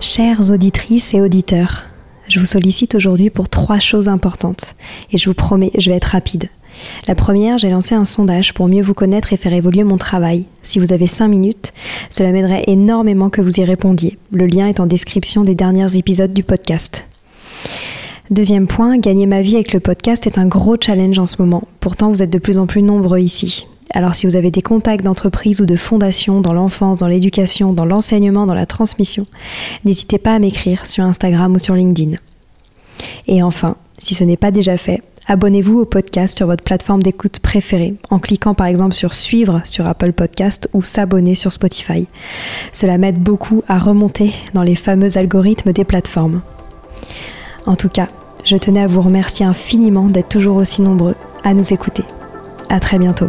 Chères auditrices et auditeurs, je vous sollicite aujourd'hui pour 3 choses importantes et je vous promets, je vais être rapide. La première, j'ai lancé un sondage pour mieux vous connaître et faire évoluer mon travail. Si vous avez 5 minutes, cela m'aiderait énormément que vous y répondiez. Le lien est en description des derniers épisodes du podcast. Deuxième point, gagner ma vie avec le podcast est un gros challenge en ce moment. Pourtant, vous êtes de plus en plus nombreux ici. Alors si vous avez des contacts d'entreprises ou de fondations dans l'enfance, dans l'éducation, dans l'enseignement, dans la transmission, n'hésitez pas à m'écrire sur Instagram ou sur LinkedIn. Et enfin, si ce n'est pas déjà fait, abonnez-vous au podcast sur votre plateforme d'écoute préférée en cliquant par exemple sur suivre sur Apple Podcast ou s'abonner sur Spotify. Cela m'aide beaucoup à remonter dans les fameux algorithmes des plateformes. En tout cas, je tenais à vous remercier infiniment d'être toujours aussi nombreux à nous écouter. À très bientôt.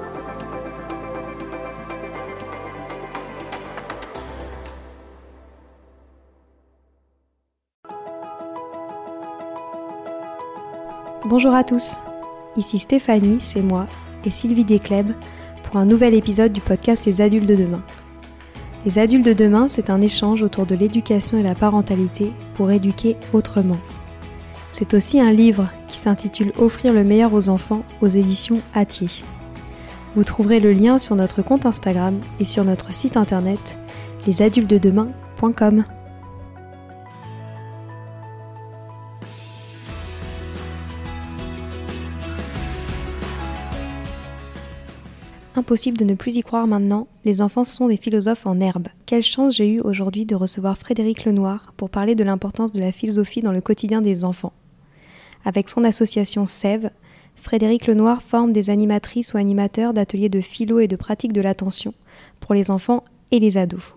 Bonjour à tous, ici Stéphanie, c'est moi, et Sylvie Descleb pour un nouvel épisode du podcast Les Adultes de demain. Les Adultes de demain, c'est un échange autour de l'éducation et la parentalité pour éduquer autrement. C'est aussi un livre qui s'intitule Offrir le meilleur aux enfants aux éditions Hatier. Vous trouverez le lien sur notre compte Instagram et sur notre site internet lesadultesdedemain.com. Impossible de ne plus y croire maintenant, les enfants sont des philosophes en herbe. Quelle chance j'ai eue aujourd'hui de recevoir Frédéric Lenoir pour parler de l'importance de la philosophie dans le quotidien des enfants. Avec son association Sève, Frédéric Lenoir forme des animatrices ou animateurs d'ateliers de philo et de pratique de l'attention pour les enfants et les ados.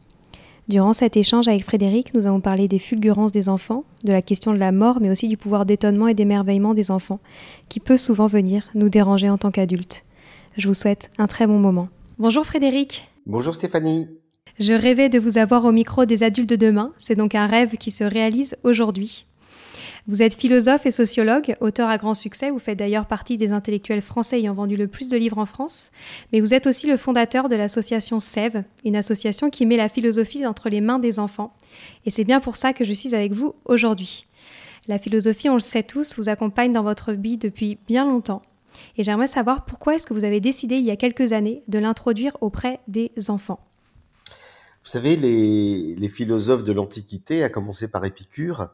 Durant cet échange avec Frédéric, nous avons parlé des fulgurances des enfants, de la question de la mort, mais aussi du pouvoir d'étonnement et d'émerveillement des enfants, qui peut souvent venir nous déranger en tant qu'adultes. Je vous souhaite un très bon moment. Bonjour Frédéric. Bonjour Stéphanie. Je rêvais de vous avoir au micro des Adultes de demain. C'est donc un rêve qui se réalise aujourd'hui. Vous êtes philosophe et sociologue, auteur à grand succès. Vous faites d'ailleurs partie des intellectuels français ayant vendu le plus de livres en France. Mais vous êtes aussi le fondateur de l'association Sève, une association qui met la philosophie entre les mains des enfants. Et c'est bien pour ça que je suis avec vous aujourd'hui. La philosophie, on le sait tous, vous accompagne dans votre vie depuis bien longtemps. Et j'aimerais savoir pourquoi est-ce que vous avez décidé il y a quelques années de l'introduire auprès des enfants. Vous savez, les philosophes de l'Antiquité, à commencer par Épicure,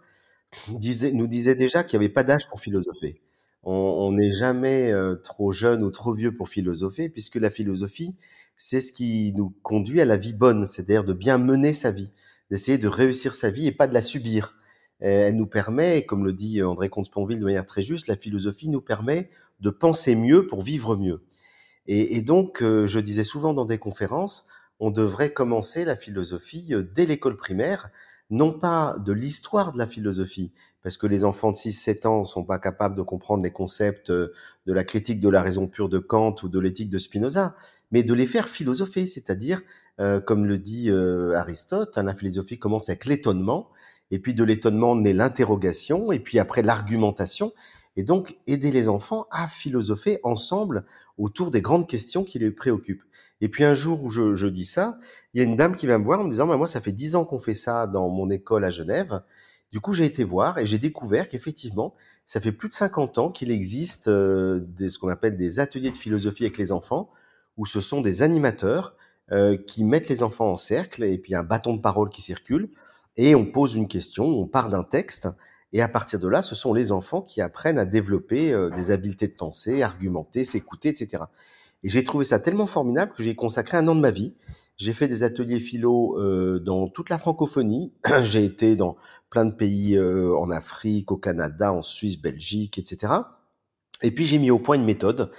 nous disaient déjà qu'il n'y avait pas d'âge pour philosopher. On n'est jamais trop jeune ou trop vieux pour philosopher, puisque la philosophie, c'est ce qui nous conduit à la vie bonne, c'est-à-dire de bien mener sa vie, d'essayer de réussir sa vie et pas de la subir. Elle nous permet, comme le dit André Comte-Sponville de manière très juste, la philosophie nous permet de penser mieux pour vivre mieux. Et donc, je disais souvent dans des conférences, on devrait commencer la philosophie dès l'école primaire, non pas de l'histoire de la philosophie, parce que les enfants de 6-7 ans ne sont pas capables de comprendre les concepts de la critique de la raison pure de Kant ou de l'éthique de Spinoza, mais de les faire philosopher, c'est-à-dire, comme le dit Aristote, la philosophie commence avec l'étonnement, et puis de l'étonnement naît l'interrogation, et puis après l'argumentation, et donc aider les enfants à philosopher ensemble autour des grandes questions qui les préoccupent. Et puis un jour où je dis ça, il y a une dame qui va me voir en me disant moi ça fait 10 ans qu'on fait ça dans mon école à Genève. Du coup j'ai été voir et j'ai découvert qu'effectivement ça fait plus de 50 ans qu'il existe ce qu'on appelle des ateliers de philosophie avec les enfants, où ce sont des animateurs qui mettent les enfants en cercle et puis un bâton de parole qui circule et on pose une question, on part d'un texte. Et à partir de là, ce sont les enfants qui apprennent à développer des habiletés de pensée, argumenter, s'écouter, etc. Et j'ai trouvé ça tellement formidable que j'ai consacré 1 an de ma vie. J'ai fait des ateliers philo dans toute la francophonie. J'ai été dans plein de pays en Afrique, au Canada, en Suisse, Belgique, etc. Et puis j'ai mis au point une méthode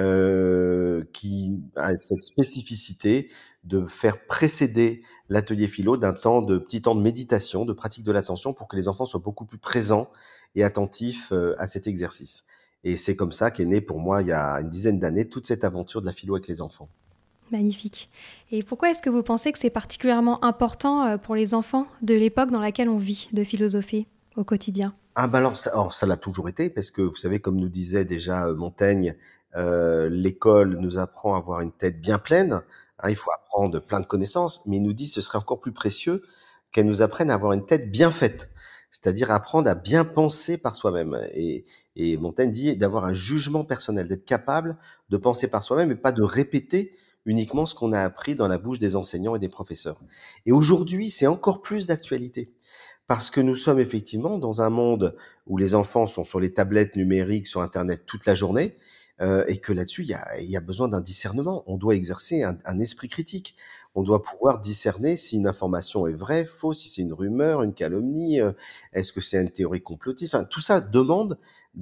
qui a cette spécificité de faire précéder l'atelier philo d'un petit temps de méditation, de pratique de l'attention pour que les enfants soient beaucoup plus présents et attentifs à cet exercice. Et c'est comme ça qu'est née pour moi, il y a une dizaine d'années, toute cette aventure de la philo avec les enfants. Magnifique. Et pourquoi est-ce que vous pensez que c'est particulièrement important pour les enfants de l'époque dans laquelle on vit de philosopher au quotidien ? Alors ça l'a toujours été, parce que vous savez, comme nous disait déjà Montaigne, l'école nous apprend à avoir une tête bien pleine. Il faut apprendre plein de connaissances, mais il nous dit ce serait encore plus précieux qu'elle nous apprenne à avoir une tête bien faite, c'est-à-dire apprendre à bien penser par soi-même et Montaigne dit d'avoir un jugement personnel, d'être capable de penser par soi-même et pas de répéter uniquement ce qu'on a appris dans la bouche des enseignants et des professeurs. Et aujourd'hui, c'est encore plus d'actualité parce que nous sommes effectivement dans un monde où les enfants sont sur les tablettes numériques, sur internet toute la journée, et que là-dessus, il y a besoin d'un discernement. On doit exercer un esprit critique. On doit pouvoir discerner si une information est vraie, fausse, si c'est une rumeur, une calomnie, est-ce que c'est une théorie complotiste? Enfin, tout ça demande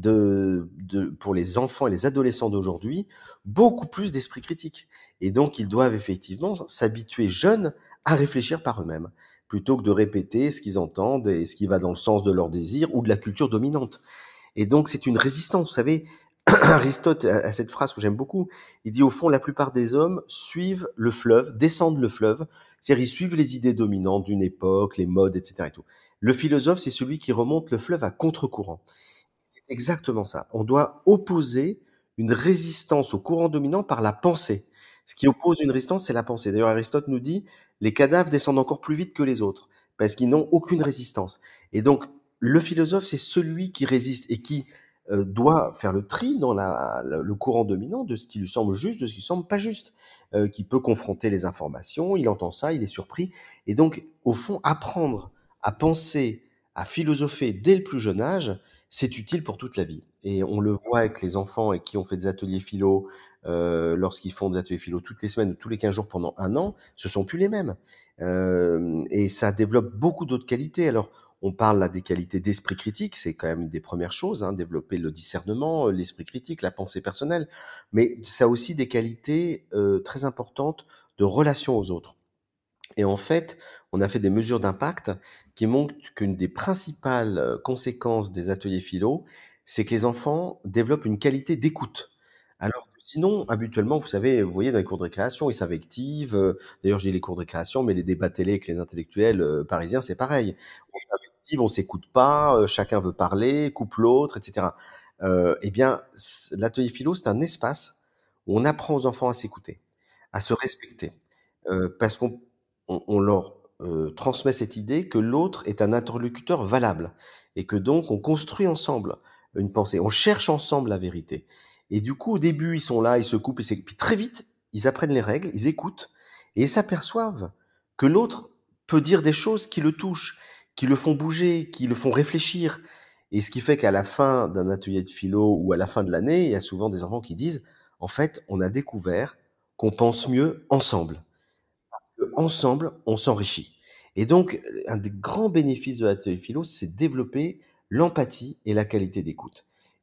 pour les enfants et les adolescents d'aujourd'hui, beaucoup plus d'esprit critique. Et donc, ils doivent effectivement s'habituer jeunes à réfléchir par eux-mêmes plutôt que de répéter ce qu'ils entendent et ce qui va dans le sens de leurs désirs ou de la culture dominante. Et donc, c'est une résistance. Vous savez, Aristote a cette phrase que j'aime beaucoup. Il dit, au fond, la plupart des hommes suivent le fleuve, descendent le fleuve, c'est-à-dire ils suivent les idées dominantes d'une époque, les modes, etc. et tout. Le philosophe, c'est celui qui remonte le fleuve à contre-courant. C'est exactement ça. On doit opposer une résistance au courant dominant par la pensée. Ce qui oppose une résistance, c'est la pensée. D'ailleurs, Aristote nous dit, les cadavres descendent encore plus vite que les autres, parce qu'ils n'ont aucune résistance. Et donc, le philosophe, c'est celui qui résiste et qui doit faire le tri dans le courant dominant de ce qui lui semble juste, de ce qui lui semble pas juste, qui peut confronter les informations, il entend ça, il est surpris. Et donc, au fond, apprendre à penser, à philosopher dès le plus jeune âge, c'est utile pour toute la vie. Et on le voit avec les enfants et qui ont fait des ateliers philo, lorsqu'ils font des ateliers philo toutes les semaines ou tous les 15 jours pendant un an, ce sont plus les mêmes. Et ça développe beaucoup d'autres qualités. Alors, on parle là des qualités d'esprit critique, c'est quand même une des premières choses, hein, développer le discernement, l'esprit critique, la pensée personnelle, mais ça a aussi des qualités très importantes de relation aux autres. Et en fait, on a fait des mesures d'impact qui montrent qu'une des principales conséquences des ateliers philo, c'est que les enfants développent une qualité d'écoute. Alors que sinon, habituellement, vous savez, vous voyez dans les cours de récréation, ils s'invectivent. D'ailleurs, je dis les cours de récréation, mais les débats télé avec les intellectuels parisiens, c'est pareil. On s'invective, on s'écoute pas, chacun veut parler, coupe l'autre, etc. Eh bien, l'atelier philo, c'est un espace où on apprend aux enfants à s'écouter, à se respecter, parce qu'on leur transmet cette idée que l'autre est un interlocuteur valable et que donc on construit ensemble une pensée, on cherche ensemble la vérité. Et du coup, au début, ils sont là, ils se coupent, puis très vite, ils apprennent les règles, ils écoutent et ils s'aperçoivent que l'autre peut dire des choses qui le touchent, qui le font bouger, qui le font réfléchir. Et ce qui fait qu'à la fin d'un atelier de philo ou à la fin de l'année, il y a souvent des enfants qui disent, en fait, on a découvert qu'on pense mieux ensemble. Ensemble, on s'enrichit. Et donc, un des grands bénéfices de l'atelier philo, c'est développer l'empathie et la qualité d'écoute.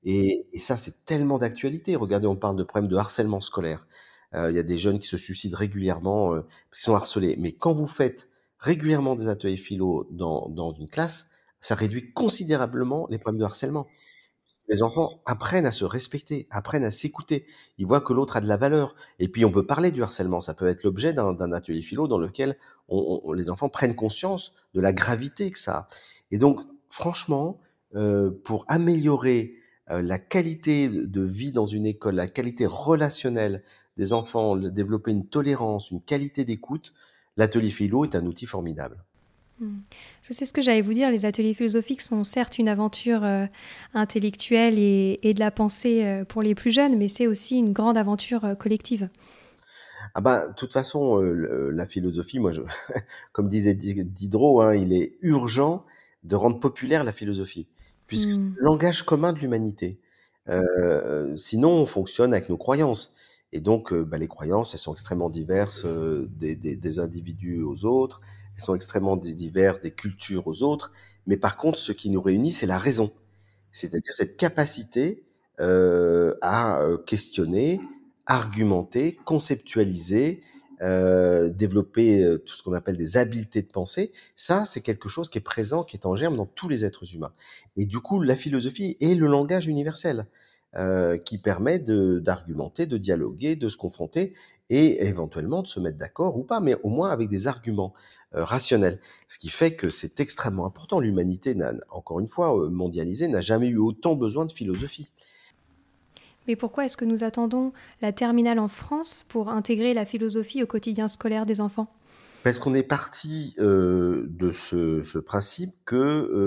Et ça, c'est tellement d'actualité. Regardez, on parle de problèmes de harcèlement scolaire. Il y a des jeunes qui se suicident régulièrement parce qu'ils sont harcelés. Mais quand vous faites régulièrement des ateliers philo dans une classe, ça réduit considérablement les problèmes de harcèlement. Les enfants apprennent à se respecter, apprennent à s'écouter. Ils voient que l'autre a de la valeur. Et puis, on peut parler du harcèlement. Ça peut être l'objet d'un atelier philo dans lequel les enfants prennent conscience de la gravité que ça a. Et donc, franchement, pour améliorer la qualité de vie dans une école, la qualité relationnelle des enfants, développer une tolérance, une qualité d'écoute, l'atelier philo est un outil formidable. Parce que c'est ce que j'allais vous dire, les ateliers philosophiques sont certes une aventure intellectuelle et de la pensée pour les plus jeunes, mais c'est aussi une grande aventure collective. Ah bah, de toute façon, la philosophie, moi, comme disait Diderot, hein, il est urgent de rendre populaire la philosophie, puisque c'est Hmm. le langage commun de l'humanité. Sinon, on fonctionne avec nos croyances. Et donc, bah, les croyances, elles sont extrêmement diverses des individus aux autres, elles sont extrêmement diverses des cultures aux autres. Mais par contre, ce qui nous réunit, c'est la raison. C'est-à-dire cette capacité à questionner, argumenter, conceptualiser, développer tout ce qu'on appelle des habiletés de pensée. Ça, c'est quelque chose qui est présent, qui est en germe dans tous les êtres humains. Et du coup, la philosophie est le langage universel qui permet d'argumenter, de dialoguer, de se confronter et éventuellement de se mettre d'accord ou pas, mais au moins avec des arguments rationnels. Ce qui fait que c'est extrêmement important. L'humanité, encore une fois, mondialisée, n'a jamais eu autant besoin de philosophie. Mais pourquoi est-ce que nous attendons la terminale en France pour intégrer la philosophie au quotidien scolaire des enfants ? Parce qu'on est parti, de ce principe que,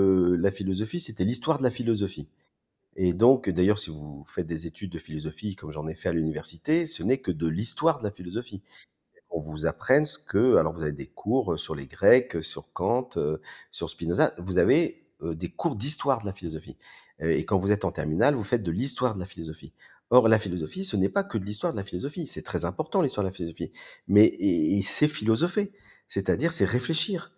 la philosophie, c'était l'histoire de la philosophie et donc d'ailleurs, si vous faites des études de philosophie comme j'en ai fait à l'université, ce n'est que de l'histoire de la philosophie. On vous apprenne ce que alors vous avez des cours, sur les Grecs, sur Kant, sur Spinoza. Vous avez, des cours d'histoire de la philosophie, et quand vous êtes en terminale, vous faites de l'histoire de la philosophie. Or la philosophie, ce n'est pas que de l'histoire de la philosophie. C'est très important l'histoire de la philosophie, mais et c'est philosopher, c'est-à-dire c'est réfléchir,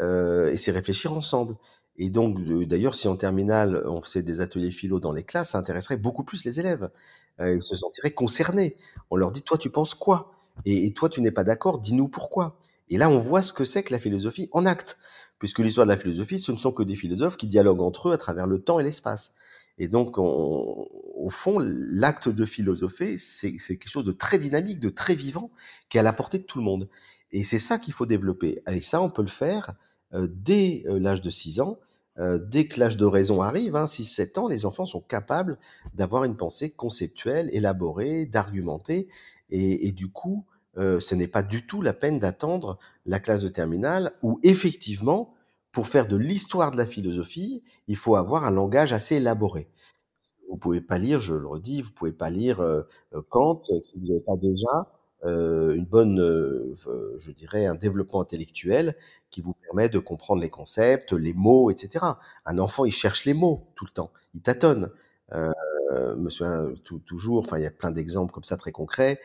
et c'est réfléchir ensemble et donc d'ailleurs, si en terminale, on faisait des ateliers philo dans les classes, ça intéresserait beaucoup plus les élèves. Ils se sentiraient concernés. On leur dit: «Toi, tu penses quoi? Et toi, tu n'es pas d'accord, dis-nous pourquoi». Et là, on voit ce que c'est que la philosophie en acte, puisque l'histoire de la philosophie, ce ne sont que des philosophes qui dialoguent entre eux à travers le temps et l'espace. Et donc, au fond, l'acte de philosopher, c'est quelque chose de très dynamique, de très vivant, qui est à la portée de tout le monde. Et c'est ça qu'il faut développer. Et ça, on peut le faire dès l'âge de 6 ans. Dès que l'âge de raison arrive, hein, 6-7 ans, les enfants sont capables d'avoir une pensée conceptuelle, élaborée, d'argumenter. Et du coup, ce n'est pas du tout la peine d'attendre la classe de terminale où effectivement, pour faire de l'histoire de la philosophie, il faut avoir un langage assez élaboré. Vous pouvez pas lire, je le redis, vous pouvez pas lire, Kant, si vous n'avez pas déjà, une bonne, je dirais un développement intellectuel qui vous permet de comprendre les concepts, les mots et cetera. Un enfant, il cherche les mots tout le temps, il tâtonne. Heu, me souviens toujours, enfin, il y a plein d'exemples comme ça très concrets.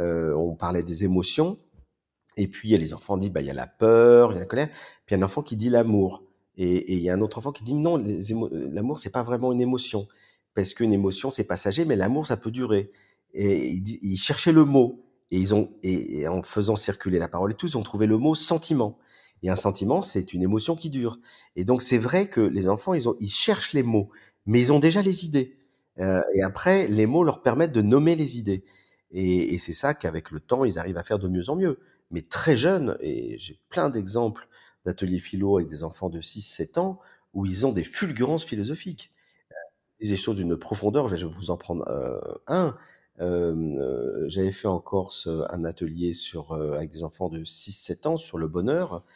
On parlait des émotions et puis il y a les enfants disent, bah, il y a la peur, il y a la colère, puis il y a un enfant qui dit l'amour et il y a un autre enfant qui dit: «Non, l'amour, c'est pas vraiment une émotion, parce qu'une émotion, c'est passager, mais l'amour, ça peut durer» et ils cherchaient le mot et ils ont et en faisant circuler la parole et tout, ils ont trouvé le mot sentiment et un sentiment, c'est une émotion qui dure et donc c'est vrai que les enfants, ils cherchent les mots, mais ils ont déjà les idées, et après les mots leur permettent de nommer les idées et c'est ça qu'avec le temps, ils arrivent à faire de mieux en mieux mais très jeunes, et j'ai plein d'exemples d'ateliers philo avec des enfants de 6-7 ans où ils ont des fulgurances philosophiques. Ils disent des choses d'une profondeur, je vais vous en prendre, un. J'avais fait en Corse, un atelier sur, avec des enfants de 6-7 ans sur le bonheur.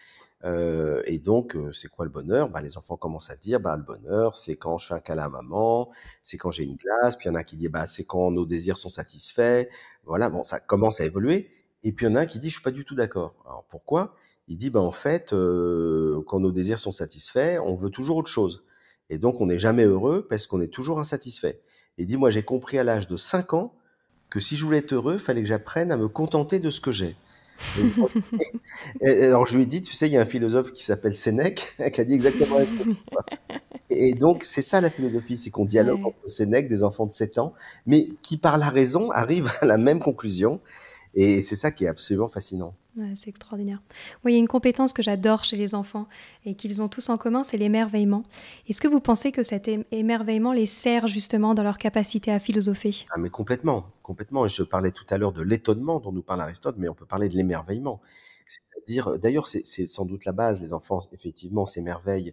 Et donc, c'est quoi le bonheur? Bah, les enfants commencent à dire: «Bah, le bonheur, c'est quand je fais un câlin à maman, c'est quand j'ai une glace». Puis il y en a qui dit: «Bah, c'est quand nos désirs sont satisfaits». Voilà, bon, ça commence à évoluer et puis il y en a un qui dit: «Je suis pas du tout d'accord». Alors pourquoi? Il dit: «Bah, en fait, quand nos désirs sont satisfaits, on veut toujours autre chose et donc on n'est jamais heureux parce qu'on est toujours insatisfait». Il dit: «Moi, j'ai compris à l'âge de 5 ans que si je voulais être heureux, il fallait que j'apprenne à me contenter de ce que j'ai». Donc et alors je lui ai dit: «Tu sais, il y a un philosophe qui s'appelle Sénèque qui a dit exactement la même chose que toi» et donc c'est ça la philosophie, c'est qu'on dialogue Ouais. entre Sénèque, des enfants de 7 ans, mais qui par la raison arrivent à la même conclusion et c'est ça qui est absolument fascinant. Ouais, c'est extraordinaire. Oui, il y a une compétence que j'adore chez les enfants et qu'ils ont tous en commun, c'est l'émerveillement. Est-ce que vous pensez que cet émerveillement les sert justement dans leur capacité à philosopher? Ah mais complètement, complètement et je parlais tout à l'heure de l'étonnement dont nous parle Aristote, mais on peut parler de l'émerveillement. C'est-à-dire, d'ailleurs c'est sans doute la base, les enfants effectivement s'émerveillent,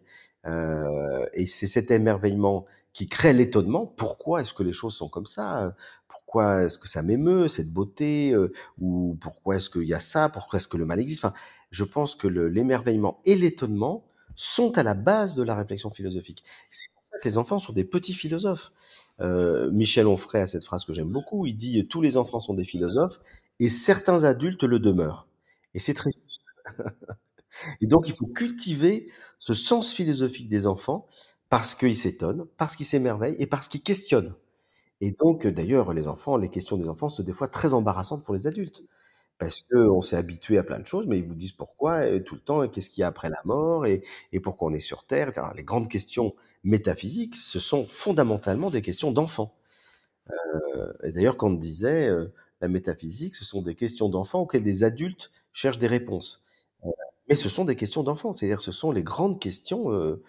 et c'est cet émerveillement qui crée l'étonnement. Pourquoi est-ce que les choses sont comme ça? Pourquoi est-ce que ça m'émeut, cette beauté? Ou pourquoi est-ce qu'il y a ça? Pourquoi est-ce que le mal existe? Enfin, je pense que l'émerveillement et l'étonnement sont à la base de la réflexion philosophique. C'est pour ça que les enfants sont des petits philosophes. Michel Onfray a cette phrase que j'aime beaucoup, il dit: «Tous les enfants sont des philosophes et certains adultes le demeurent» et c'est très juste et donc il faut cultiver ce sens philosophique des enfants parce qu'ils s'étonnent, parce qu'ils s'émerveillent et parce qu'ils questionnent et donc d'ailleurs les enfants les questions des enfants sont des fois très embarrassantes pour les adultes. Parce qu'on s'est habitué à plein de choses, mais ils vous disent pourquoi, tout le temps et qu'est-ce qu'il y a après la mort et pourquoi on est sur terre et cetera. Les grandes questions métaphysiques, ce sont fondamentalement des questions d'enfants. Et d'ailleurs Kant disait, la métaphysique, ce sont des questions d'enfants auxquelles des adultes cherchent des réponses. Mais ce sont des questions d'enfants, c'est-à-dire ce sont les grandes questions,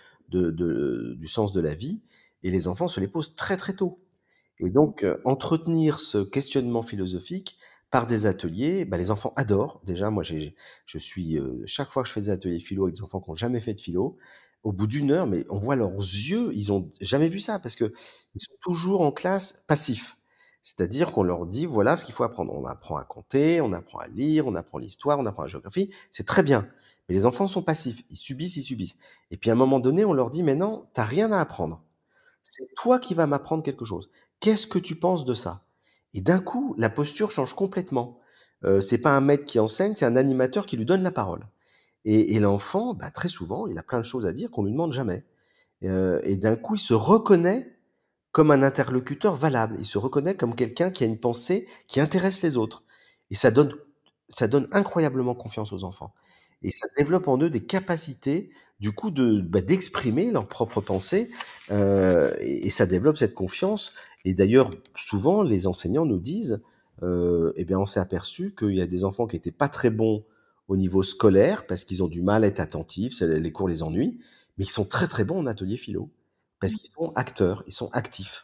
du sens de la vie et les enfants se les posent très, très tôt. Et donc, entretenir ce questionnement philosophique par des ateliers, bah, les enfants adorent. Déjà, moi, je suis, chaque fois que je fais des ateliers philo avec des enfants qui ont jamais fait de philo, au bout d'une heure, mais on voit leurs yeux, ils ont jamais vu ça parce qu'ils sont toujours en classe passifs. C'est-à-dire qu'on leur dit: «Voilà ce qu'il faut apprendre». On apprend à compter, on apprend à lire, on apprend l'histoire, on apprend la géographie, c'est très bien. Mais les enfants sont passifs, ils subissent, ils subissent. Et puis à un moment donné, on leur dit: «Mais non, tu as rien à apprendre. C'est toi qui vas m'apprendre quelque chose. Qu'est-ce que tu penses de ça?» Et d'un coup, la posture change complètement. C'est pas un maître qui enseigne, c'est un animateur qui lui donne la parole. Et l'enfant, bah, très souvent, il a plein de choses à dire qu'on lui demande jamais. Et d'un coup, il se reconnaît comme un interlocuteur valable. Il se reconnaît comme quelqu'un qui a une pensée qui intéresse les autres. Et ça donne incroyablement confiance aux enfants. Et ça développe en eux des capacités, du coup, d'exprimer leurs propres pensées, et ça développe cette confiance. Et d'ailleurs, souvent, les enseignants nous disent, eh bien, on s'est aperçu qu'il y a des enfants qui étaient pas très bons au niveau scolaire parce qu'ils ont du mal à être attentifs, les cours les ennuient, mais qui sont très, très bons en atelier philo. Parce qu'ils sont acteurs, ils sont actifs.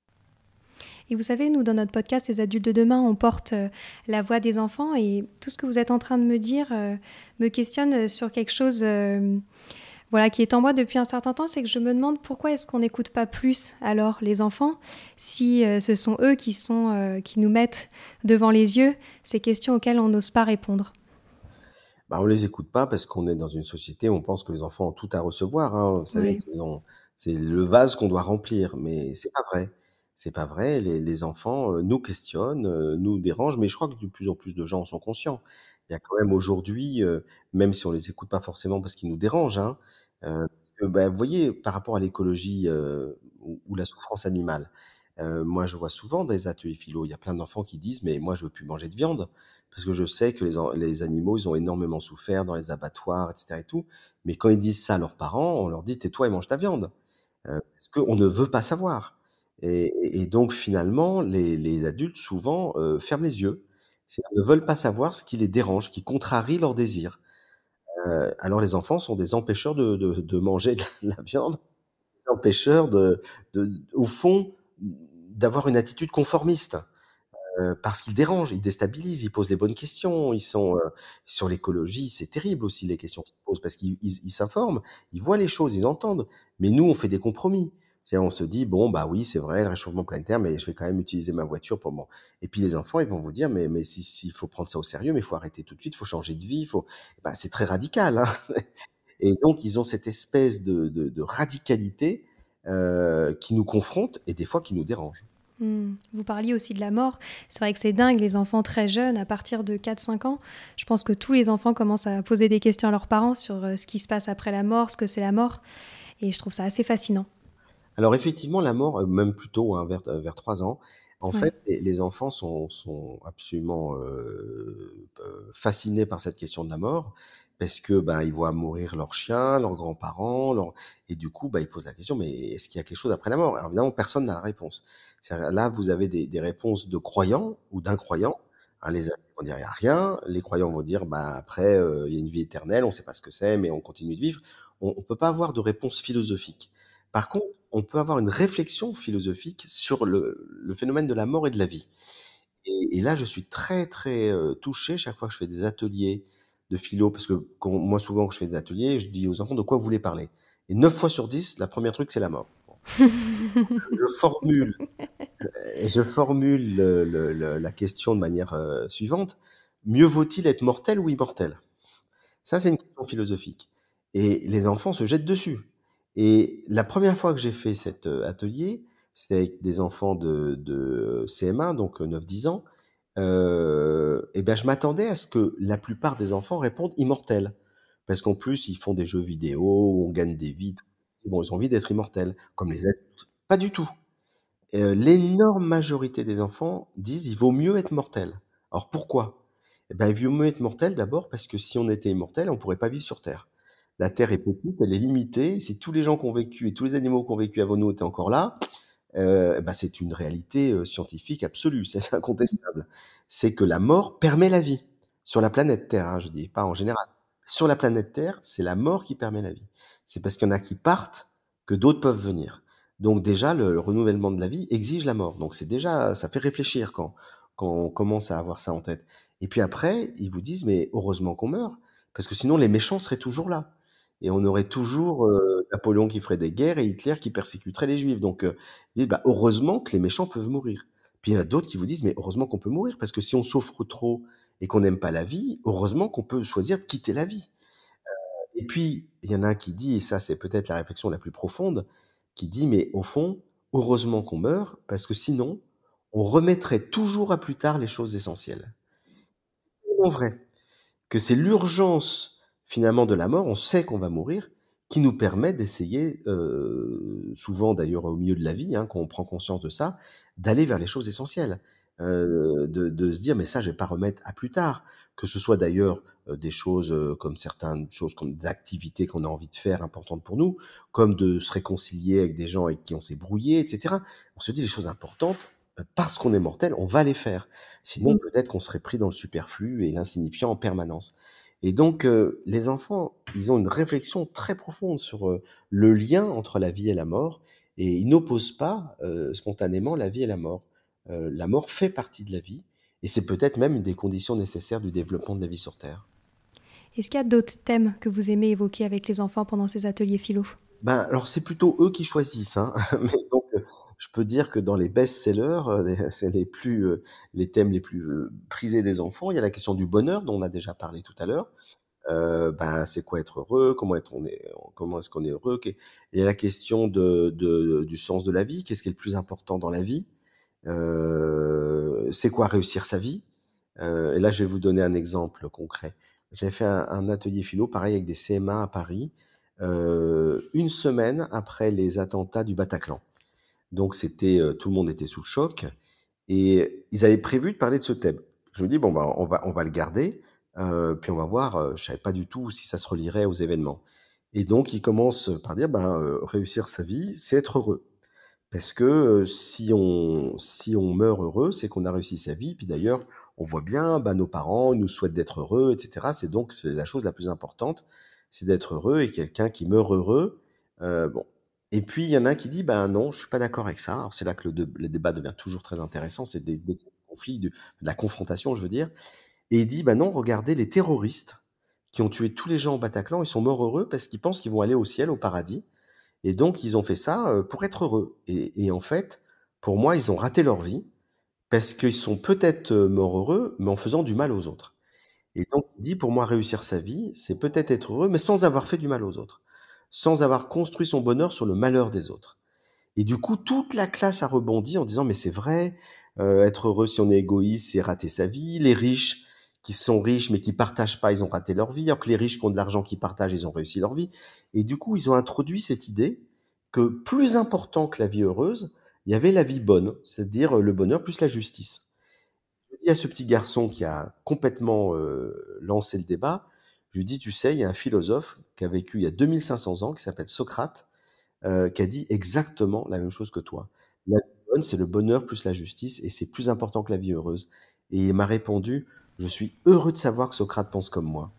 Et vous savez, nous, dans notre podcast Les adultes de demain, on porte la voix des enfants et tout ce que vous êtes en train de me dire me questionne sur quelque chose voilà, qui est en moi depuis un certain temps, c'est que je me demande pourquoi est-ce qu'on n'écoute pas plus alors les enfants si ce sont eux qui nous mettent devant les yeux ces questions auxquelles on n'ose pas répondre. Bah, on les écoute pas parce qu'on est dans une société où on pense que les enfants ont tout à recevoir, hein. Vous savez Oui. qu'ils ont c'est le vase qu'on doit remplir, mais c'est pas vrai. C'est pas vrai. Les enfants, nous questionnent, nous dérangent, mais je crois que de plus en plus de gens en sont conscients. Il y a quand même aujourd'hui, même si on les écoute pas forcément parce qu'ils nous dérangent, hein, parce que, bah, vous voyez, par rapport à l'écologie, ou la souffrance animale, moi je vois souvent dans les ateliers philo, il y a plein d'enfants qui disent: «Mais moi je veux plus manger de viande». Parce que je sais que les animaux, ils ont énormément souffert dans les abattoirs, et cetera et tout. Mais quand ils disent ça à leurs parents, on leur dit: «Tais-toi et mange ta viande». Parce qu'on ne veut pas savoir. Et donc finalement, les adultes souvent, ferment les yeux. Ils ne veulent pas savoir ce qui les dérange, qui contrarie leurs désirs. Alors les enfants sont des empêcheurs de manger de la viande, des empêcheurs au fond, d'avoir une attitude conformiste. Parce qu'ils dérangent, ils déstabilisent, ils posent les bonnes questions, ils sont, sur l'écologie, c'est terrible aussi les questions qu'ils posent parce qu'ils s'informent, ils voient les choses, ils entendent. Mais nous, on fait des compromis. C'est-à-dire on se dit: «Bon, bah, oui, c'est vrai, le réchauffement planétaire, mais je vais quand même utiliser ma voiture pour mon». Et puis les enfants, ils vont vous dire: «Mais si faut prendre ça au sérieux, mais il faut arrêter tout de suite, il faut changer de vie, il faut». Bah, c'est très radical, hein. Et donc ils ont cette espèce de radicalité, qui nous confronte et des fois qui nous dérange. Vous parliez aussi de la mort. C'est vrai que c'est dingue, les enfants très jeunes, à partir de 4-5 ans, je pense que tous les enfants commencent à poser des questions à leurs parents sur ce qui se passe après la mort, ce que c'est la mort. Et je trouve ça assez fascinant. Alors effectivement, la mort, même plus tôt, hein, vers 3 ans, en Ouais. fait, les enfants sont absolument, fascinés par cette question de la mort parce que, ben, ils voient mourir leurs chiens, leurs grands-parents, et du coup, bah, ils posent la question: «Mais est-ce qu'il y a quelque chose après la mort?» Alors évidemment, personne n'a la réponse. C'est-à-dire là, vous avez des réponses de croyants ou d'incroyants, hein. Les athées vont dire: «Il y a rien». Les croyants vont dire: «Bah, après, il y a une vie éternelle, on ne sait pas ce que c'est, mais on continue de vivre». On peut pas avoir de réponse philosophique. Par contre, on peut avoir une réflexion philosophique sur le phénomène de la mort et de la vie. Et là, je suis très, très, touché chaque fois que je fais des ateliers de philo, parce que moi, souvent, quand je fais des ateliers, je dis aux enfants: «De quoi vous voulez parler?» Et 9 fois sur 10, la première truc, c'est la mort. Bon, je formule je formule la question de manière, suivante: «Mieux vaut-il être mortel ou immortel?» Ça, c'est une question philosophique et les enfants se jettent dessus. Et la première fois que j'ai fait cet, atelier, c'était avec des enfants de CM1, donc 9-10 ans, et ben, je m'attendais à ce que la plupart des enfants répondent: «Immortel». Parce qu'en plus, ils font des jeux vidéo où on gagne des vies, bon, ils ont envie d'être immortels, comme les adultes. Pas du tout. L'énorme majorité des enfants disent: «Il vaut mieux être mortel». Alors pourquoi? Eh ben, il vaut mieux être mortel d'abord parce que si on était immortel, on pourrait pas vivre sur terre. La terre est petite, elle est limitée. Si tous les gens qui ont vécu et tous les animaux qui ont vécu avant nous étaient encore là, bah, c'est une réalité, scientifique absolue, c'est incontestable. C'est que la mort permet la vie sur la planète Terre, hein, je dis pas en général. Sur la planète Terre, c'est la mort qui permet la vie. C'est parce qu'il y en a qui partent que d'autres peuvent venir. Donc déjà, le renouvellement de la vie exige la mort. Donc c'est déjà ça fait réfléchir quand on commence à avoir ça en tête. Et puis après, ils vous disent: «Mais heureusement qu'on meurt, parce que sinon les méchants seraient toujours là et on aurait toujours, Napoléon qui ferait des guerres et Hitler qui persécuterait les juifs». Donc ils disent: «Bah, heureusement que les méchants peuvent mourir». Puis il y en a d'autres qui vous disent: «Mais heureusement qu'on peut mourir, parce que si on souffre trop et qu'on n'aime pas la vie, heureusement qu'on peut choisir de quitter la vie». Et puis, il y en a un qui dit, et ça c'est peut-être la réflexion la plus profonde, qui dit: «Mais au fond, heureusement qu'on meurt, parce que sinon, on remettrait toujours à plus tard les choses essentielles». C'est tellement vrai que c'est l'urgence finalement de la mort, on sait qu'on va mourir, qui nous permet d'essayer, souvent d'ailleurs au milieu de la vie, hein, quand on prend conscience de ça, d'aller vers les choses essentielles. De se dire: «Mais ça, je vais pas remettre à plus tard». Que ce soit d'ailleurs, des choses, comme certaines choses comme d'activités qu'on a envie de faire importantes pour nous, comme de se réconcilier avec des gens avec qui on s'est brouillé et cetera. On se dit les choses importantes, parce qu'on est mortel, on va les faire. Sinon, Mmh. peut-être qu'on serait pris dans le superflu et l'insignifiant en permanence. Et donc, les enfants, ils ont une réflexion très profonde sur, le lien entre la vie et la mort, et ils n'opposent pas, spontanément la vie et la mort. La mort fait partie de la vie, et c'est peut-être même une des conditions nécessaires du développement de la vie sur terre. Est-ce qu'il y a d'autres thèmes que vous aimez évoquer avec les enfants pendant ces ateliers philo? Ben, alors c'est plutôt eux qui choisissent, hein, mais donc, je peux dire que dans les best-sellers, c'est les thèmes les plus, prisés des enfants, il y a la question du bonheur dont on a déjà parlé tout à l'heure. Ben, c'est quoi être heureux? Comment est-ce qu'on est heureux? Il y a la question du sens de la vie. Qu'est-ce qui est le plus important dans la vie? C'est quoi réussir sa vie? Et là, je vais vous donner un exemple concret. J'avais fait un atelier philo, pareil, avec des CM1 à Paris, 1 semaine après les attentats du Bataclan. Donc c'était, tout le monde était sous le choc, et ils avaient prévu de parler de ce thème. Je me dis: «Bon, bah, on va le garder, puis on va voir», je savais pas du tout si ça se relierait aux événements, et donc ils commencent par dire: «Ben, réussir sa vie, c'est être heureux». Parce que, si on meurt heureux, c'est qu'on a réussi sa vie. Puis d'ailleurs, on voit bien, bah, nos parents nous souhaitent d'être heureux et cetera. C'est la chose la plus importante, c'est d'être heureux, et quelqu'un qui meurt heureux, bon. Et puis il y en a un qui dit: «Ben non, je suis pas d'accord avec ça». Alors c'est là que le débat devient toujours très intéressant, c'est des conflits, de la confrontation, je veux dire, et il dit: «Bah non, regardez les terroristes qui ont tué tous les gens au Bataclan, ils sont morts heureux parce qu'ils pensent qu'ils vont aller au ciel, au paradis, et donc ils ont fait ça, pour être heureux, et en fait, pour moi, ils ont raté leur vie parce qu'ils sont peut-être, morts heureux, mais en faisant du mal aux autres, et donc il dit: «Pour moi, réussir sa vie, c'est peut-être être heureux, mais sans avoir fait du mal aux autres, sans avoir construit son bonheur sur le malheur des autres». Et du coup, toute la classe a rebondi en disant: «Mais c'est vrai, être heureux si on est égoïste, c'est rater sa vie. Les riches qui sont riches, mais qui partagent pas, ils ont raté leur vie, alors que les riches qui ont de l'argent, qui partagent, ils ont réussi leur vie». Et du coup, ils ont introduit cette idée que plus important que la vie heureuse, il y avait la vie bonne, c'est-à-dire, le bonheur plus la justice. Je dis à ce petit garçon qui a complètement, lancé le débat, je lui dis: «Tu sais, il y a un philosophe qui a vécu il y a 2 500 ans, qui s'appelle Socrate, qui a dit exactement la même chose que toi. La vie bonne, c'est le bonheur plus la justice, et c'est plus important que la vie heureuse». Et il m'a répondu: «Je suis heureux de savoir que Socrate pense comme moi».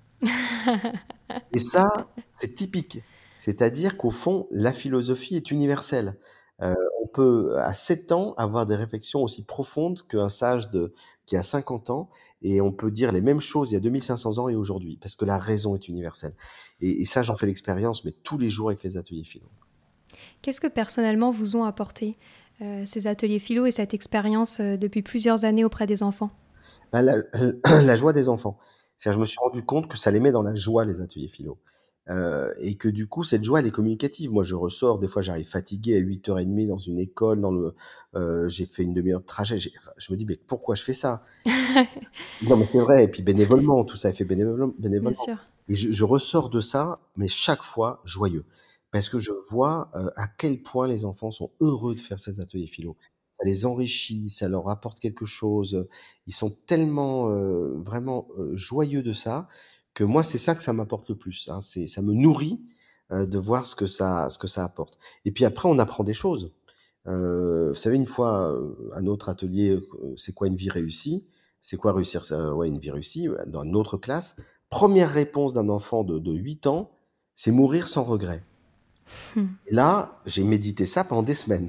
Et ça, c'est typique. C'est-à-dire qu'au fond, la philosophie est universelle. On peut, à 7 ans, avoir des réflexions aussi profondes qu'un sage qui a 50 ans, et on peut dire les mêmes choses il y a 2 500 ans et aujourd'hui, parce que la raison est universelle. Et ça, j'en fais l'expérience, mais tous les jours avec les ateliers philo. Qu'est-ce que personnellement vous ont apporté ces ateliers philo et cette expérience depuis plusieurs années auprès des enfants? Bah, la la joie des enfants. C'est-à-dire, je me suis rendu compte que ça les met dans la joie, les ateliers philo, et que du coup, cette joie, elle est communicative. Moi, je ressors, des fois, j'arrive fatigué à 8h30 dans une école, j'ai fait une demi-heure de trajet, enfin, je me dis: «Mais pourquoi je fais ça?» Non, mais c'est vrai, et puis bénévolement, tout ça est fait Bien bénévolement, sûr. et je ressors de ça, mais chaque fois joyeux. Parce que je vois, à quel point les enfants sont heureux de faire ces ateliers philo. Ça les enrichit, ça leur apporte quelque chose, ils sont tellement, vraiment, joyeux de ça, que moi, c'est ça que ça m'apporte le plus, hein. Ça me nourrit, de voir ce que ça apporte, et puis après on apprend des choses. Vous savez, une fois, un autre atelier, «C'est quoi une vie réussie?» C'est quoi réussir sa ouais, une vie réussie? Dans une autre classe, première réponse d'un enfant de 8 ans: «C'est mourir sans regret». Hmm. Et là, j'ai médité ça pendant des semaines.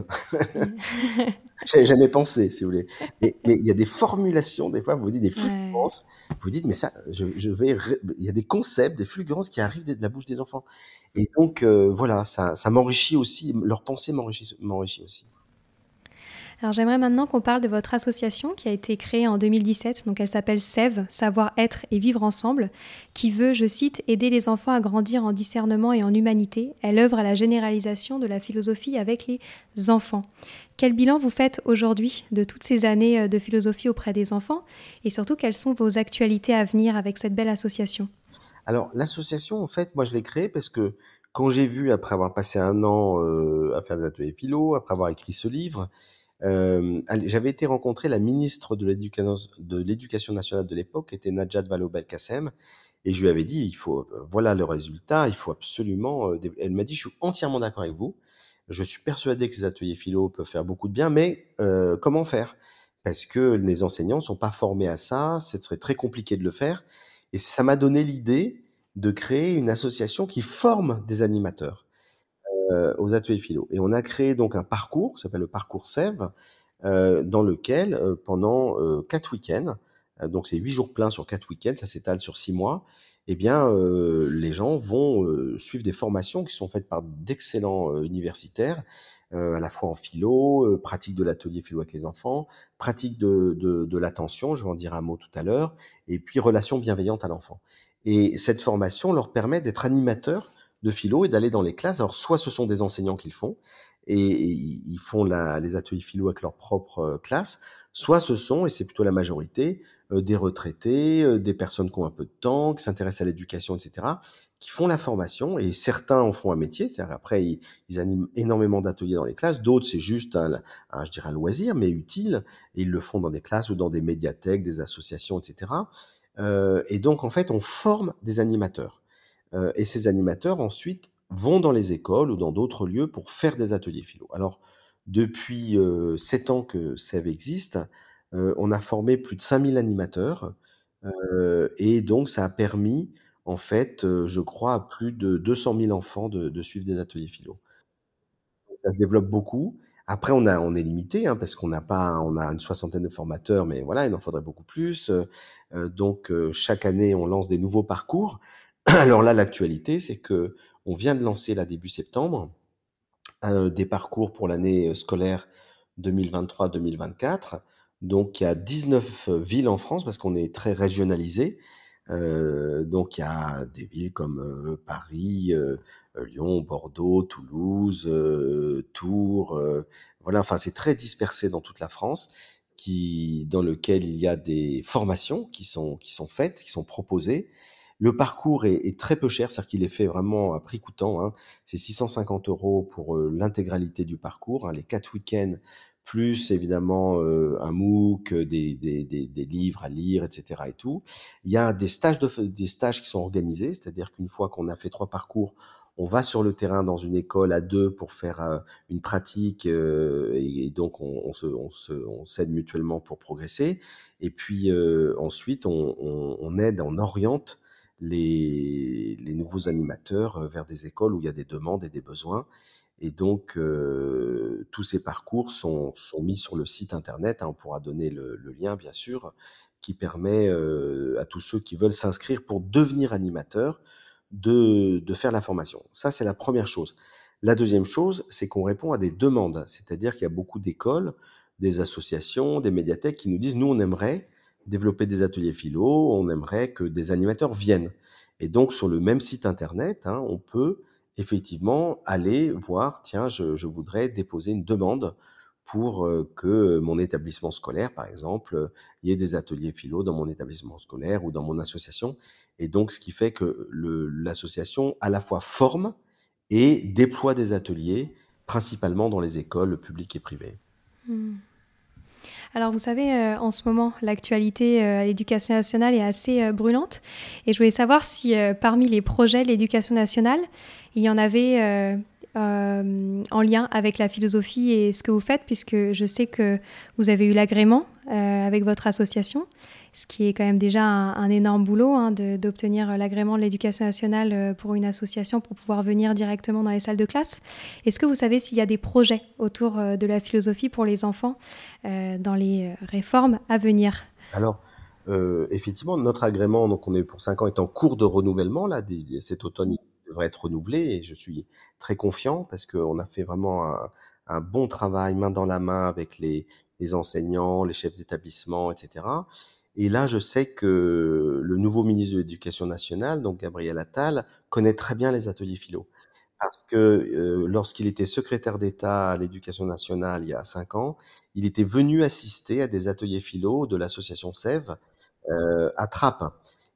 J'avais jamais pensé, si vous voulez. Mais il y a des formulations, des fois, vous vous dites des Ouais. fulgurances, vous dites: «Mais ça, je vais ré», il y a des concepts, des fulgurances qui arrivent de la bouche des enfants, et donc voilà, ça m'enrichit aussi, leur pensée m'enrichit aussi. Alors j'aimerais maintenant qu'on parle de votre association qui a été créée en 2017, donc elle s'appelle SEV, Savoir être et vivre ensemble, qui veut, je cite, aider les enfants à grandir en discernement et en humanité. Elle œuvre à la généralisation de la philosophie avec les enfants. Quel bilan vous faites aujourd'hui de toutes ces années de philosophie auprès des enfants et surtout quelles sont vos actualités à venir avec cette belle association? Alors l'association, en fait, moi je l'ai créée parce que quand j'ai vu, après avoir passé 1 an, à faire des ateliers philo, après avoir écrit ce livre, j'avais été rencontrer la ministre de l'éducation nationale de l'époque, qui était Najat Vallaud-Belkacem, et je lui avais dit: «Il faut, voilà le résultat, il faut absolument, dév» Elle m'a dit: «Je suis entièrement d'accord avec vous. Je suis persuadé que les ateliers philo peuvent faire beaucoup de bien, mais comment faire? Parce que les enseignants sont pas formés à ça, ce serait très compliqué de le faire», et ça m'a donné l'idée de créer une association qui forme des animateurs aux ateliers philo. Et on a créé donc un parcours qui s'appelle le parcours Sève, dans lequel, pendant 4 week-ends, donc c'est 8 jours pleins sur 4 week-ends, ça s'étale sur 6 mois, eh bien, les gens vont suivre des formations qui sont faites par d'excellents universitaires, à la fois en philo, pratique de l'atelier philo avec les enfants, pratique de l'attention, je vais en dire un mot tout à l'heure, et puis relation bienveillante à l'enfant. Et cette formation leur permet d'être animateurs de philo et d'aller dans les classes. Alors soit ce sont des enseignants qui le font, et ils font les ateliers philo avec leur propre classe, soit ce sont, et c'est plutôt la majorité, des retraités, des personnes qui ont un peu de temps, qui s'intéressent à l'éducation, etc., qui font la formation, et certains en font un métier, c'est-à-dire après ils animent énormément d'ateliers dans les classes, d'autres c'est juste je dirais un loisir, mais utile, et ils le font dans des classes ou dans des médiathèques, des associations, etc. Et donc en fait on forme des animateurs. Et ces animateurs ensuite vont dans les écoles ou dans d'autres lieux pour faire des ateliers philo. Alors depuis 7 ans que SEV existe, on a formé plus de 5 000 animateurs, et donc ça a permis en fait, je crois à plus de 200 000 enfants de suivre des ateliers philo. Ça se développe beaucoup. Après on est limité, hein, parce on a une soixantaine de formateurs, mais voilà, il en faudrait beaucoup plus, donc chaque année on lance des nouveaux parcours. Alors là, l'actualité, c'est que on vient de lancer là début septembre, des parcours pour l'année scolaire 2023-2024. Donc il y a 19 villes en France parce qu'on est très régionalisé. Donc il y a des villes comme Paris, Lyon, Bordeaux, Toulouse, Tours, voilà, enfin c'est très dispersé dans toute la France, dans lequel il y a des formations qui sont faites, qui sont proposées. Le parcours est très peu cher, c'est-à-dire qu'il est fait vraiment à prix coûtant, hein. C'est 650 € pour l'intégralité du parcours, hein, les 4 week-ends, plus évidemment un MOOC, des livres à lire, etc. et tout. Il y a des stages qui sont organisés, c'est-à-dire qu'une fois qu'on a fait 3 parcours, on va sur le terrain dans une école à 2 pour faire une pratique, et donc on s'aide mutuellement pour progresser. Et puis ensuite, on aide, on oriente les nouveaux animateurs vers des écoles où il y a des demandes et des besoins. Et donc, tous ces parcours sont mis sur le site internet, hein, on pourra donner le lien bien sûr, qui permet à tous ceux qui veulent s'inscrire pour devenir animateurs de faire la formation. Ça, c'est la première chose. La deuxième chose, c'est qu'on répond à des demandes, c'est-à-dire qu'il y a beaucoup d'écoles, des associations, des médiathèques qui nous disent: «Nous, on aimerait développer des ateliers philo, on aimerait que des animateurs viennent». Et donc sur le même site internet, hein, on peut effectivement aller voir: «Tiens, je voudrais déposer une demande pour, que mon établissement scolaire, par exemple, il y ait des ateliers philo dans mon établissement scolaire ou dans mon association». Et donc ce qui fait que l'association à la fois forme et déploie des ateliers, principalement dans les écoles publiques et privées. Hmm. Alors vous savez, en ce moment, l'actualité à l'éducation nationale est assez brûlante. Et je voulais savoir si parmi les projets de l'éducation nationale, il y en avait en lien avec la philosophie et ce que vous faites, puisque je sais que vous avez eu l'agrément avec votre association, ce qui est quand même déjà un énorme boulot, hein, d'obtenir l'agrément de l'éducation nationale pour une association pour pouvoir venir directement dans les salles de classe. Est-ce que vous savez s'il y a des projets autour de la philosophie pour les enfants dans les réformes à venir? Alors, effectivement, notre agrément, donc on est pour 5 ans, est en cours de renouvellement là, cet automne, il devrait être renouvelé, et je suis très confiant parce qu'on a fait vraiment un bon travail main dans la main avec les enseignants, les chefs d'établissement, et cetera. Et là, je sais que le nouveau ministre de l'Éducation nationale, donc Gabriel Attal, connaît très bien les ateliers philo. Parce que, lorsqu'il était secrétaire d'État à l'Éducation nationale il y a 5 ans, il était venu assister à des ateliers philo de l'association Sève, à Trappes.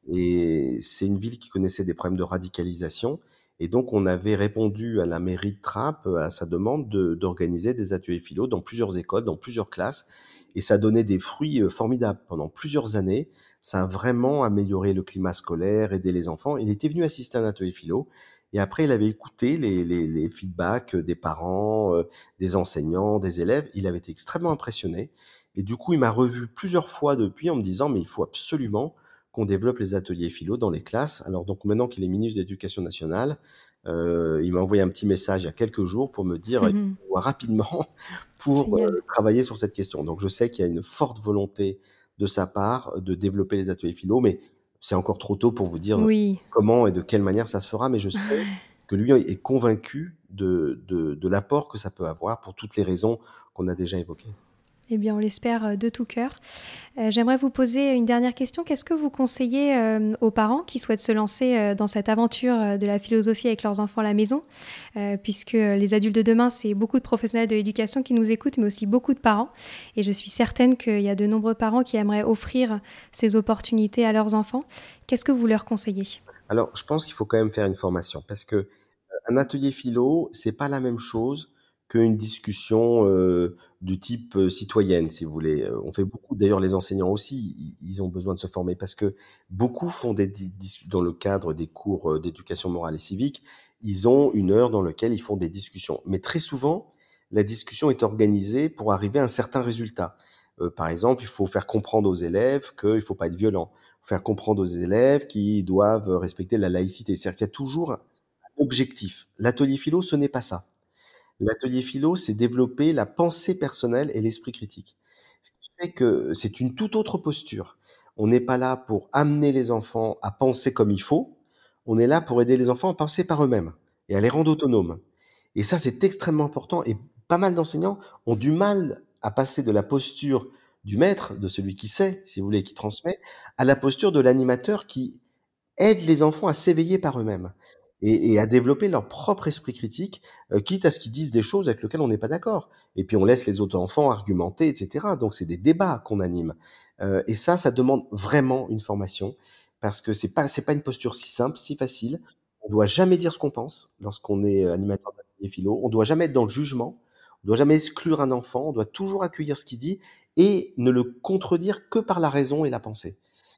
Et c'est une ville qui connaissait des problèmes de radicalisation. Et donc, on avait répondu à la mairie de Trappes, à sa demande d'organiser des ateliers philo dans plusieurs écoles, dans plusieurs classes. Et ça donnait des fruits formidables pendant plusieurs années. Ça a vraiment amélioré le climat scolaire, aidé les enfants. Il était venu assister à un atelier philo. Et après, il avait écouté les feedbacks des parents, des enseignants, des élèves. Il avait été extrêmement impressionné. Et du coup, il m'a revu plusieurs fois depuis en me disant, mais il faut absolument qu'on développe les ateliers philo dans les classes. Alors donc maintenant qu'il est ministre de l'Éducation nationale, il m'a envoyé un petit message il y a quelques jours pour me dire, il faut qu'on voit rapidement pour Génial. travailler sur cette question. Donc je sais qu'il y a une forte volonté de sa part de développer les ateliers philo, mais c'est encore trop tôt pour vous dire Oui. comment et de quelle manière ça se fera, mais je sais que lui est convaincu de l'apport que ça peut avoir pour toutes les raisons qu'on a déjà évoquées. Eh bien, on l'espère de tout cœur. J'aimerais vous poser une dernière question. Qu'est-ce que vous conseillez aux parents qui souhaitent se lancer dans cette aventure de la philosophie avec leurs enfants à la maison, puisque les adultes de demain, c'est beaucoup de professionnels de l'éducation qui nous écoutent, mais aussi beaucoup de parents. Et je suis certaine qu'il y a de nombreux parents qui aimeraient offrir ces opportunités à leurs enfants. Qu'est-ce que vous leur conseillez? Alors, je pense qu'il faut quand même faire une formation parce que un atelier philo, c'est pas la même chose qu'une discussion du type citoyenne, si vous voulez. On fait beaucoup, d'ailleurs, les enseignants aussi, ils ont besoin de se former parce que beaucoup font dans le cadre des cours d'éducation morale et civique, ils ont une heure dans laquelle ils font des discussions. Mais très souvent, la discussion est organisée pour arriver à un certain résultat. Par exemple, il faut faire comprendre aux élèves qu'il ne faut pas être violent, faire comprendre aux élèves qu'ils doivent respecter la laïcité. C'est-à-dire qu'il y a toujours objectif. L'atelier philo, ce n'est pas ça. L'atelier philo, c'est développer la pensée personnelle et l'esprit critique. Ce qui fait que c'est une toute autre posture. On n'est pas là pour amener les enfants à penser comme il faut, on est là pour aider les enfants à penser par eux-mêmes et à les rendre autonomes. Et ça, c'est extrêmement important et pas mal d'enseignants ont du mal à passer de la posture du maître, de celui qui sait, si vous voulez, qui transmet, à la posture de l'animateur qui aide les enfants à s'éveiller par eux-mêmes et à développer leur propre esprit critique, quitte à ce qu'ils disent des choses avec lesquelles on n'est pas d'accord. Et puis on laisse les autres enfants argumenter, et cetera. Donc c'est des débats qu'on anime. Et ça demande vraiment une formation parce que c'est pas une posture si simple, si facile. On doit jamais dire ce qu'on pense lorsqu'on est animateur d'atelier philo. On doit jamais être dans le jugement. On doit jamais exclure un enfant. On doit toujours accueillir ce qu'il dit et ne le contredire que par la raison et la pensée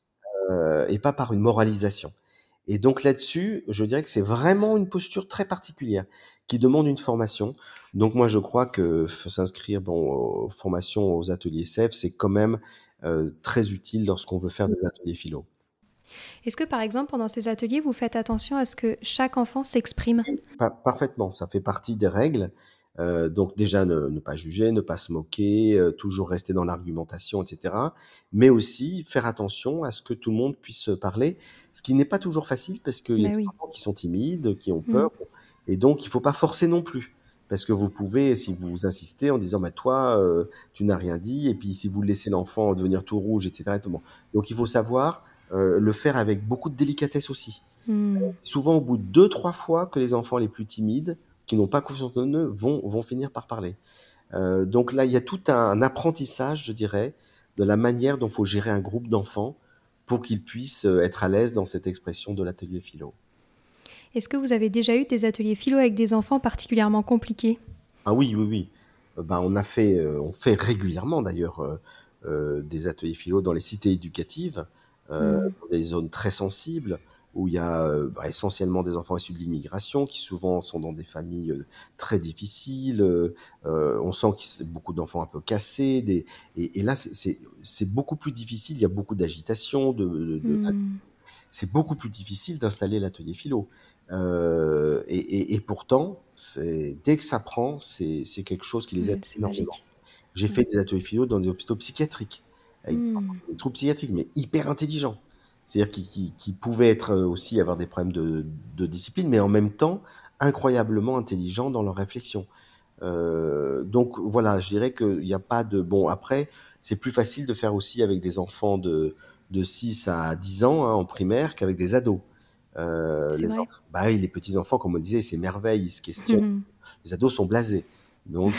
et pas par une moralisation. Et donc là-dessus, je dirais que c'est vraiment une posture très particulière qui demande une formation. Donc moi, je crois que s'inscrire aux formations, aux ateliers CEF, c'est quand même très utile lorsqu'on veut faire des ateliers philo. Est-ce que, par exemple, pendant ces ateliers, vous faites attention à ce que chaque enfant s'exprime? Parfaitement, ça fait partie des règles. Donc déjà ne pas juger, ne pas se moquer, toujours rester dans l'argumentation, et cetera. Mais aussi faire attention à ce que tout le monde puisse parler, ce qui n'est pas toujours facile parce qu'il y a Ben des oui. enfants qui sont timides, qui ont Mm. peur et donc il faut pas forcer non plus. Parce que vous pouvez, si vous insistez en disant: «Bah, toi, tu n'as rien dit» et puis si vous laissez l'enfant devenir tout rouge, et cetera et tout bon. Donc il faut savoir, le faire avec beaucoup de délicatesse aussi. Mm. C'est souvent au bout de 2-3 fois que les enfants les plus timides, qui n'ont pas confiance en eux, vont finir par parler. Donc là, il y a tout un apprentissage, je dirais, de la manière dont il faut gérer un groupe d'enfants pour qu'ils puissent, être à l'aise dans cette expression de l'atelier philo. Est-ce que vous avez déjà eu des ateliers philo avec des enfants particulièrement compliqués? Ah oui, oui, oui. Ben, on fait régulièrement d'ailleurs, des ateliers philo dans les cités éducatives, Mm. dans des zones très sensibles où il y a, essentiellement des enfants issus de l'immigration qui souvent sont dans des familles, très difficiles, on sent que c'est beaucoup d'enfants un peu cassés, et là c'est beaucoup plus difficile, il y a beaucoup d'agitation, Mm. c'est beaucoup plus difficile d'installer l'atelier philo. Et pourtant, dès que ça prend, c'est quelque chose qui les aide Ouais, c'est énormément. magique. J'ai Ouais. fait des ateliers philo dans des hôpitaux psychiatriques, avec des enfants Mm. qui avaient des troubles psychiatriques, mais hyper intelligents. C'est-à-dire qui pouvaient être aussi avoir des problèmes de discipline, mais en même temps incroyablement intelligents dans leur réflexion. Donc voilà, je dirais qu'il n'y a pas de... Bon, après, c'est plus facile de faire aussi avec des enfants de 6 à 10 ans en primaire qu'avec des ados. C'est vrai. Bah oui, les petits-enfants, comme on disait, c'est merveille, ils se questionnent. Les ados sont blasés. Donc,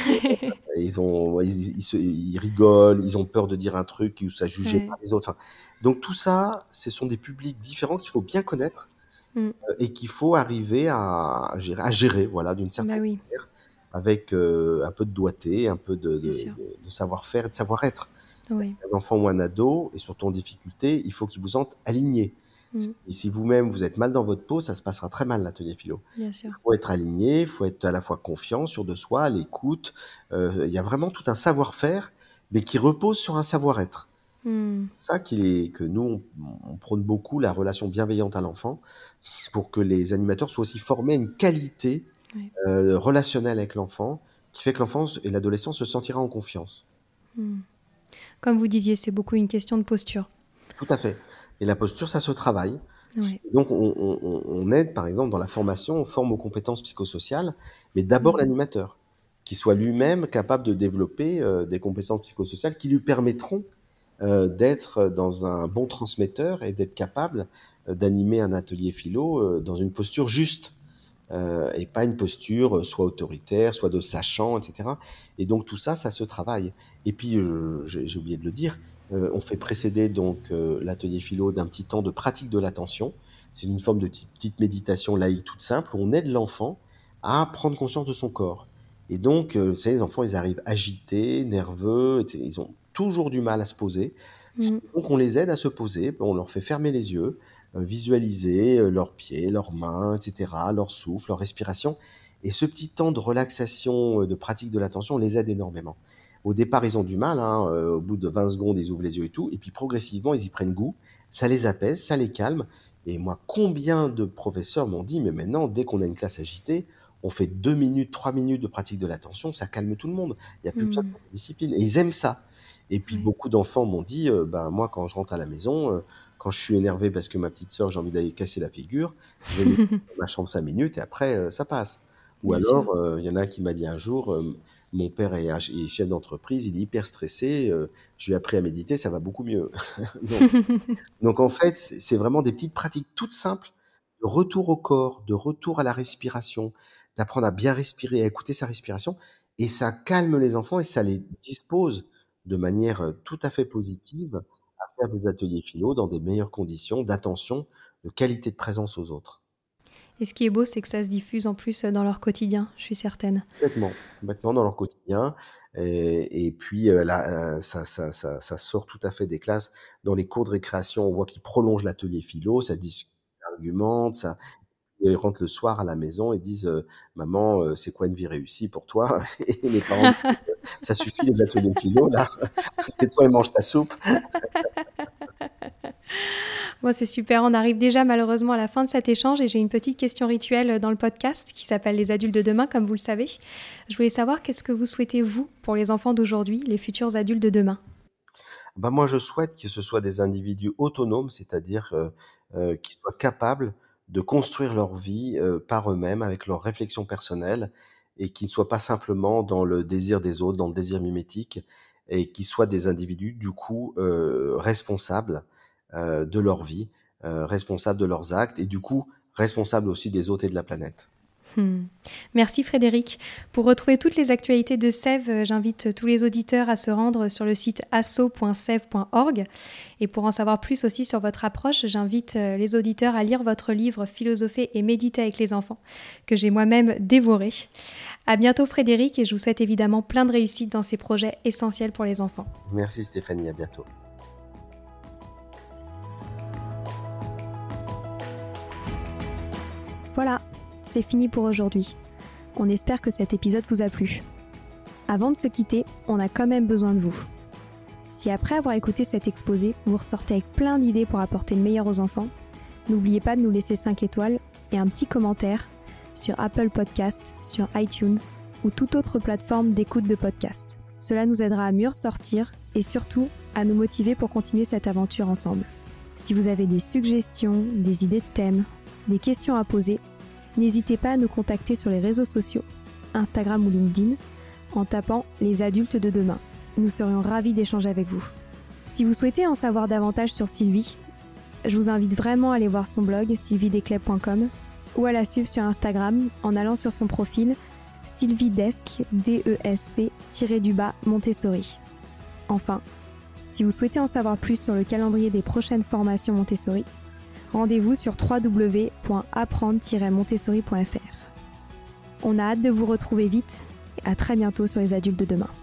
ils rigolent, ils ont peur de dire un truc où ça jugé par Ouais. les autres. Enfin, donc tout ça, ce sont des publics différents qu'il faut bien connaître Mm. et qu'il faut arriver à gérer, voilà, d'une Bah certaine oui, manière, avec un peu de doigté, un peu bien sûr. de savoir-faire et de savoir-être. Parce Oui. qu'un enfant ou un ado, et surtout en difficulté, il faut qu'il vous sente aligné. Mm. Si vous-même vous êtes mal dans votre peau, ça se passera très mal l'atelier philo. Bien Il sûr. faut être aligné, il faut être à la fois confiant, sûr de soi, à l'écoute. Il y a vraiment tout un savoir-faire, mais qui repose sur un savoir-être. Mm. C'est ça que nous, on prône beaucoup la relation bienveillante à l'enfant, pour que les animateurs soient aussi formés à une qualité Ouais. relationnelle avec l'enfant, qui fait que l'enfant et l'adolescent se sentira en confiance. Mm. Comme vous disiez, c'est beaucoup une question de posture. Tout à fait. Et la posture, ça se travaille. Ouais. Donc, on aide, par exemple, dans la formation, on forme aux compétences psychosociales, mais d'abord l'animateur, qui soit lui-même capable de développer des compétences psychosociales qui lui permettront d'être dans un bon transmetteur et d'être capable d'animer un atelier philo dans une posture juste. Et pas une posture soit autoritaire, soit de sachant, etc. Et donc tout ça, ça se travaille. Et puis, j'ai oublié de le dire, on fait précéder donc l'atelier philo d'un petit temps de pratique de l'attention. C'est une forme de petite méditation laïque toute simple où on aide l'enfant à prendre conscience de son corps. Et donc, vous savez, les enfants, ils arrivent agités, nerveux, etc. Ils ont toujours du mal à se poser. Mm. Donc on les aide à se poser, on leur fait fermer les yeux, visualiser leurs pieds, leurs mains, etc., leur souffle, leur respiration. Et ce petit temps de relaxation, de pratique de l'attention, on les aide énormément. Au départ, ils ont du mal, au bout de 20 secondes, ils ouvrent les yeux et tout, et puis progressivement, ils y prennent goût, ça les apaise, ça les calme. Et moi, combien de professeurs m'ont dit, mais maintenant, dès qu'on a une classe agitée, on fait 2 minutes, 3 minutes de pratique de l'attention, ça calme tout le monde. Il n'y a plus besoin de Mm. discipline. Et ils aiment ça. Et puis Ouais. beaucoup d'enfants m'ont dit, ben moi quand je rentre à la maison, quand je suis énervé parce que ma petite sœur, j'ai envie d'aller casser la figure, je vais me mettre dans ma chambre 5 minutes et après ça passe. Ou Bien sûr. alors, il y en a un qui m'a dit un jour, mon père est chef d'entreprise, il est hyper stressé, je lui ai appris à méditer, ça va beaucoup mieux. Donc, donc en fait, c'est vraiment des petites pratiques toutes simples de retour au corps, de retour à la respiration, d'apprendre à bien respirer, à écouter sa respiration et ça calme les enfants et ça les dispose de manière, tout à fait positive à faire des ateliers philo dans des meilleures conditions d'attention, de qualité de présence aux autres. Et ce qui est beau, c'est que ça se diffuse en plus dans leur quotidien, je suis certaine. Complètement dans leur quotidien et puis, là, ça sort tout à fait des classes. Dans les cours de récréation, on voit qu'ils prolongent l'atelier philo, ça discute, ça argumente, ça et ils rentrent le soir à la maison et disent, «Maman, c'est quoi une vie réussie pour toi?» Et les parents disent: «Ça suffit les ateliers philo là, tais-toi et mange ta soupe». Bon, c'est super, on arrive déjà malheureusement à la fin de cet échange et j'ai une petite question rituelle dans le podcast qui s'appelle Les adultes de demain, comme vous le savez. Je voulais savoir qu'est-ce que vous souhaitez, vous, pour les enfants d'aujourd'hui, les futurs adultes de demain? Bah, moi, je souhaite que ce soit des individus autonomes, c'est-à-dire, qui soient capables de construire leur vie, par eux-mêmes, avec leurs réflexions personnelles et qui ne soient pas simplement dans le désir des autres, dans le désir mimétique et qui soient des individus, du coup, responsables, de leur vie, responsables de leurs actes et du coup, responsables aussi des autres et de la planète. Merci Frédéric. Pour retrouver toutes les actualités de Sève, j'invite tous les auditeurs à se rendre sur le site asso.sève.org. Et pour en savoir plus aussi sur votre approche, j'invite les auditeurs à lire votre livre Philosopher et méditer avec les enfants, que j'ai moi-même dévoré. À bientôt Frédéric et je vous souhaite évidemment plein de réussite dans ces projets essentiels pour les enfants. Merci Stéphanie, à bientôt. Voilà, c'est fini pour aujourd'hui. On espère que cet épisode vous a plu. Avant de se quitter, on a quand même besoin de vous. Si après avoir écouté cet exposé, vous ressortez avec plein d'idées pour apporter le meilleur aux enfants, n'oubliez pas de nous laisser 5 étoiles et un petit commentaire sur Apple Podcasts, sur iTunes ou toute autre plateforme d'écoute de podcast. Cela nous aidera à mieux ressortir et surtout à nous motiver pour continuer cette aventure ensemble. Si vous avez des suggestions, des idées de thèmes, des questions à poser, n'hésitez pas à nous contacter sur les réseaux sociaux Instagram ou LinkedIn en tapant « Les adultes de demain ». Nous serions ravis d'échanger avec vous. Si vous souhaitez en savoir davantage sur Sylvie, je vous invite vraiment à aller voir son blog sylviedesclés.com ou à la suivre sur Instagram en allant sur son profil sylviedesc, Montessori. Enfin, si vous souhaitez en savoir plus sur le calendrier des prochaines formations Montessori, rendez-vous sur www.apprendre-montessori.fr. On a hâte de vous retrouver vite et à très bientôt sur les adultes de demain.